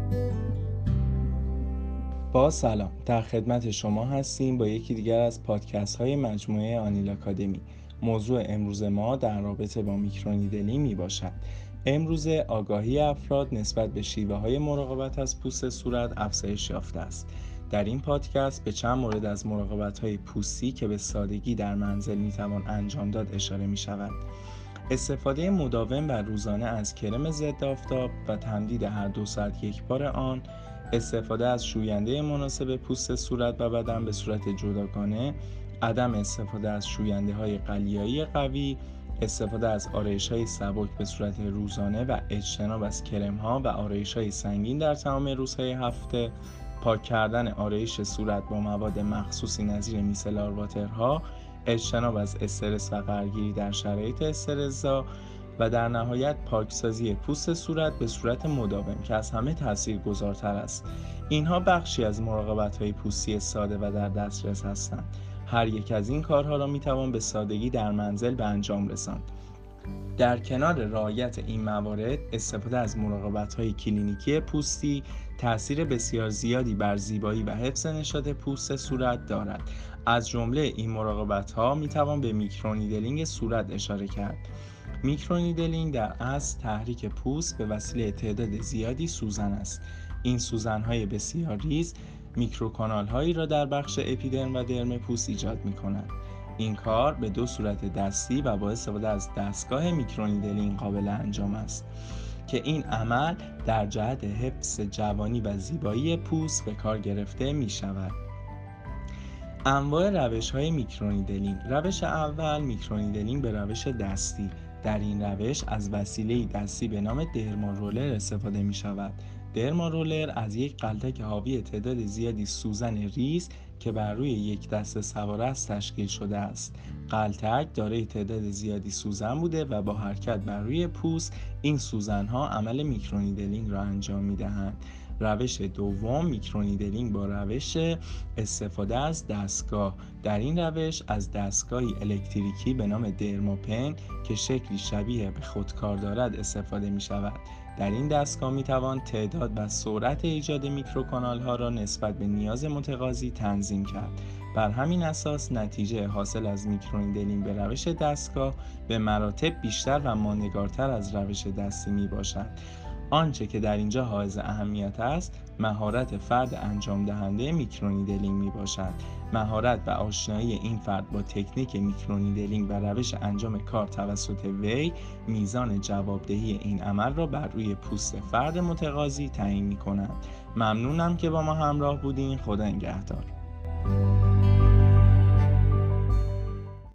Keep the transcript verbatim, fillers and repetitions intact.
با سلام، در خدمت شما هستیم با یکی دیگر از پادکست های مجموعه آنیل آکادمی. موضوع امروز ما در رابطه با میکرونیدلینگ می باشد. امروز آگاهی افراد نسبت به شیوه های مراقبت از پوست صورت افزایش یافته است. در این پادکست به چند مورد از مراقبت های پوستی که به سادگی در منزل می توان انجام داد اشاره می شود. استفاده مداوم و روزانه از کرم ضد آفتاب و تمدید هر دو ساعت یک بار آن، استفاده از شوینده مناسب پوست صورت و بدن به صورت جداگانه، عدم استفاده از شوینده های قلیایی قوی، استفاده از آرایش های سبک به صورت روزانه و اجتناب از کرم ها و آرایش های سنگین در تمام روزهای هفته، پاک کردن آرایش صورت با مواد مخصوصی نظیر میسلار واترها، اجتناب از استرس و غرگیری در شرایط استرس‌زا و در نهایت پاکسازی پوست صورت به صورت مداوم که از همه تاثیرگذارتر است. اینها بخشی از مراقبت‌های پوستی ساده و در دسترس هستند. هر یک از این کارها را می‌توان به سادگی در منزل به انجام رساند. در کنار رعایت این موارد، استفاده از مراقبت‌های کلینیکی پوستی تأثیر بسیار زیادی بر زیبایی و حفظ نشاط پوست صورت دارد. از جمله این مراقبت‌ها می‌توان به میکرونیدلینگ صورت اشاره کرد. میکرونیدلینگ در اصل تحریک پوست به وسیله تعداد زیادی سوزن است. این سوزن‌های بسیار ریز میکروکانال‌هایی را در بخش اپیدرم و درم پوست ایجاد می‌کنند. این کار به دو صورت دستی و با استفاده از دستگاه میکرونیدلینگ قابل انجام است که این عمل در جهت حفظ جوانی و زیبایی پوست به کار گرفته می شود. انواع روش‌های میکرونیدلینگ. روش اول، میکرونیدلینگ به روش دستی. در این روش از وسیله دستی به نام درمارولر استفاده می شود. درمارولر از یک غلطک حاوی تعداد زیادی سوزن ریز که بر روی یک دسته سوار است تشکیل شده است. غلطک دارای تعداد زیادی سوزن بوده و با حرکت بر روی پوست این سوزن‌ها عمل میکرونیدلینگ را انجام می‌دهند. روش دوم، میکرونیدلینگ با روش استفاده از دستگاه. در این روش از دستگاهی الکتریکی به نام درموپن که شکلی شبیه به خودکار دارد استفاده می شود. در این دستگاه می توان تعداد و سرعت ایجاد میکروکانال ها را نسبت به نیاز متقاضی تنظیم کرد. بر همین اساس نتیجه حاصل از میکرونیدلینگ به روش دستگاه به مراتب بیشتر و ماندگارتر از روش دستی می باشد. آنچه که در اینجا حائز اهمیت است، مهارت فرد انجام دهنده میکرونیدلینگ می باشد. مهارت و آشنایی این فرد با تکنیک میکرونیدلینگ و روش انجام کار توسط وی، میزان جوابدهی این عمل را بر روی پوست فرد متقاضی تعیین می کند. ممنونم که با ما همراه بودین. خدا نگهدار.